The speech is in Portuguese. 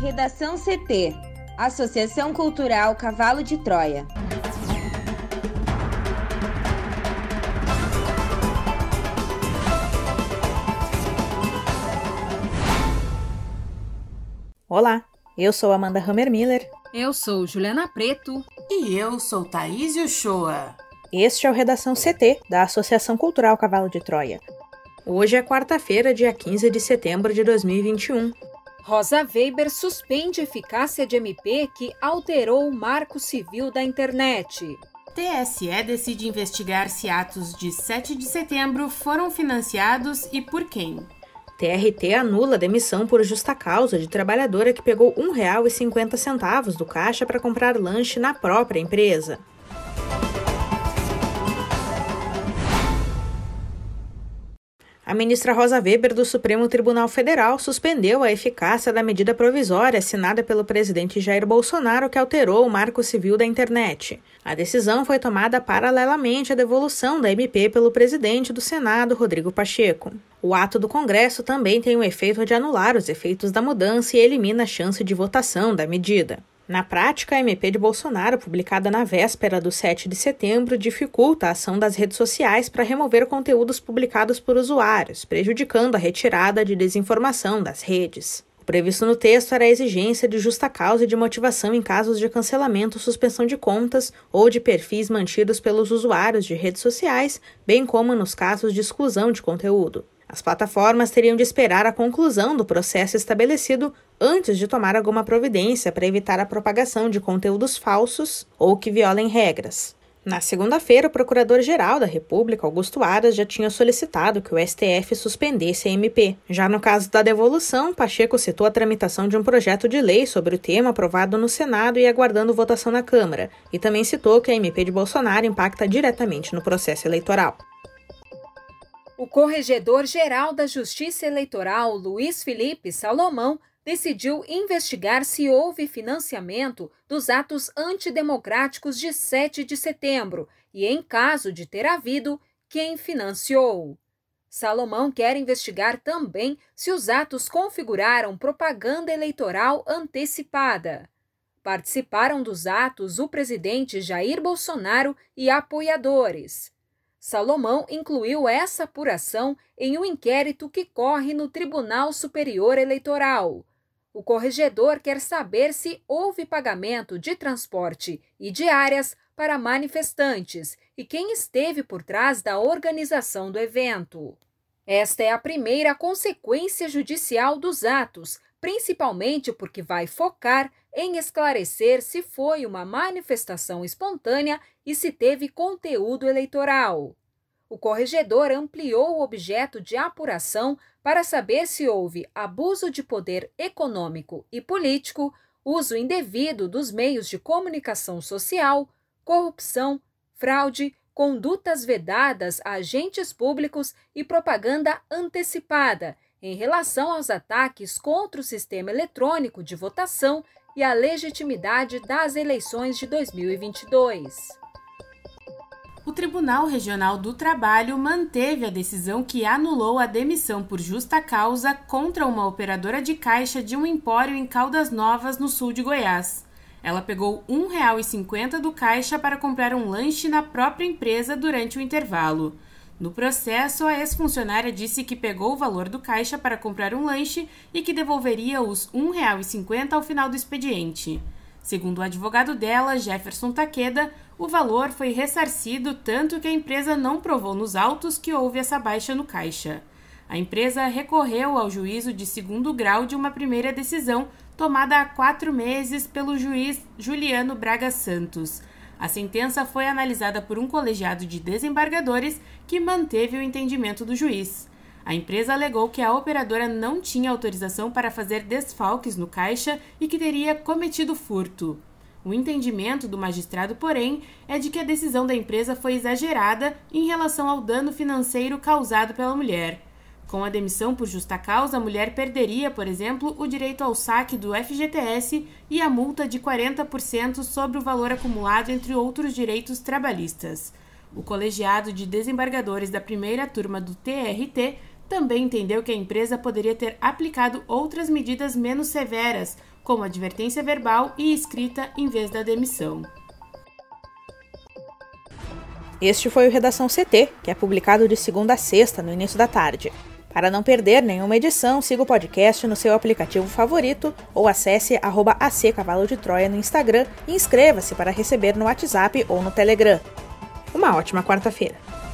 Redação CT, Associação Cultural Cavalo de Troia. Olá, eu sou Amanda Hammermiller. Eu sou Juliana Preto. E eu sou Thaís Uchoa. Este é o Redação CT, da Associação Cultural Cavalo de Troia. Hoje é quarta-feira, dia 15 de setembro de 2021. Rosa Weber suspende eficácia de MP que alterou o marco civil da internet. TSE decide investigar se atos de 7 de setembro foram financiados e por quem. TRT anula a demissão por justa causa de trabalhadora que pegou R$ 1,50 do caixa para comprar lanche na própria empresa. A ministra Rosa Weber, do Supremo Tribunal Federal, suspendeu a eficácia da medida provisória assinada pelo presidente Jair Bolsonaro que alterou o marco civil da internet. A decisão foi tomada paralelamente à devolução da MP pelo presidente do Senado, Rodrigo Pacheco. O ato do Congresso também tem o efeito de anular os efeitos da mudança e elimina a chance de votação da medida. Na prática, a MP de Bolsonaro, publicada na véspera do 7 de setembro, dificulta a ação das redes sociais para remover conteúdos publicados por usuários, prejudicando a retirada de desinformação das redes. O previsto no texto era a exigência de justa causa e de motivação em casos de cancelamento, suspensão de contas ou de perfis mantidos pelos usuários de redes sociais, bem como nos casos de exclusão de conteúdo. As plataformas teriam de esperar a conclusão do processo estabelecido antes de tomar alguma providência para evitar a propagação de conteúdos falsos ou que violem regras. Na segunda-feira, o Procurador-Geral da República, Augusto Aras, já tinha solicitado que o STF suspendesse a MP. Já no caso da devolução, Pacheco citou a tramitação de um projeto de lei sobre o tema aprovado no Senado e aguardando votação na Câmara, e também citou que a MP de Bolsonaro impacta diretamente no processo eleitoral. O Corregedor-Geral da Justiça Eleitoral, Luiz Felipe Salomão, decidiu investigar se houve financiamento dos atos antidemocráticos de 7 de setembro e, em caso de ter havido, quem financiou. Salomão quer investigar também se os atos configuraram propaganda eleitoral antecipada. Participaram dos atos o presidente Jair Bolsonaro e apoiadores. Salomão incluiu essa apuração em um inquérito que corre no Tribunal Superior Eleitoral. O corregedor quer saber se houve pagamento de transporte e diárias para manifestantes e quem esteve por trás da organização do evento. Esta é a primeira consequência judicial dos atos, principalmente porque vai focar em esclarecer se foi uma manifestação espontânea e se teve conteúdo eleitoral. O corregedor ampliou o objeto de apuração para saber se houve abuso de poder econômico e político, uso indevido dos meios de comunicação social, corrupção, fraude, condutas vedadas a agentes públicos e propaganda antecipada em relação aos ataques contra o sistema eletrônico de votação e a legitimidade das eleições de 2022. O Tribunal Regional do Trabalho manteve a decisão que anulou a demissão por justa causa contra uma operadora de caixa de um empório em Caldas Novas, no sul de Goiás. Ela pegou R$ 1,50 do caixa para comprar um lanche na própria empresa durante o intervalo. No processo, a ex-funcionária disse que pegou o valor do caixa para comprar um lanche e que devolveria os R$ 1,50 ao final do expediente. Segundo o advogado dela, Jefferson Takeda, o valor foi ressarcido tanto que a empresa não provou nos autos que houve essa baixa no caixa. A empresa recorreu ao juízo de segundo grau de uma primeira decisão tomada há 4 meses pelo juiz Juliano Braga Santos. A sentença foi analisada por um colegiado de desembargadores que manteve o entendimento do juiz. A empresa alegou que a operadora não tinha autorização para fazer desfalques no caixa e que teria cometido furto. O entendimento do magistrado, porém, é de que a decisão da empresa foi exagerada em relação ao dano financeiro causado pela mulher. Com a demissão por justa causa, a mulher perderia, por exemplo, o direito ao saque do FGTS e a multa de 40% sobre o valor acumulado, entre outros direitos trabalhistas. O colegiado de desembargadores da primeira turma do TRT também entendeu que a empresa poderia ter aplicado outras medidas menos severas, como advertência verbal e escrita em vez da demissão. Este foi o Redação CT, que é publicado de segunda a sexta, no início da tarde. Para não perder nenhuma edição, siga o podcast no seu aplicativo favorito ou acesse @ACCavalodeTroia no Instagram e inscreva-se para receber no WhatsApp ou no Telegram. Uma ótima quarta-feira!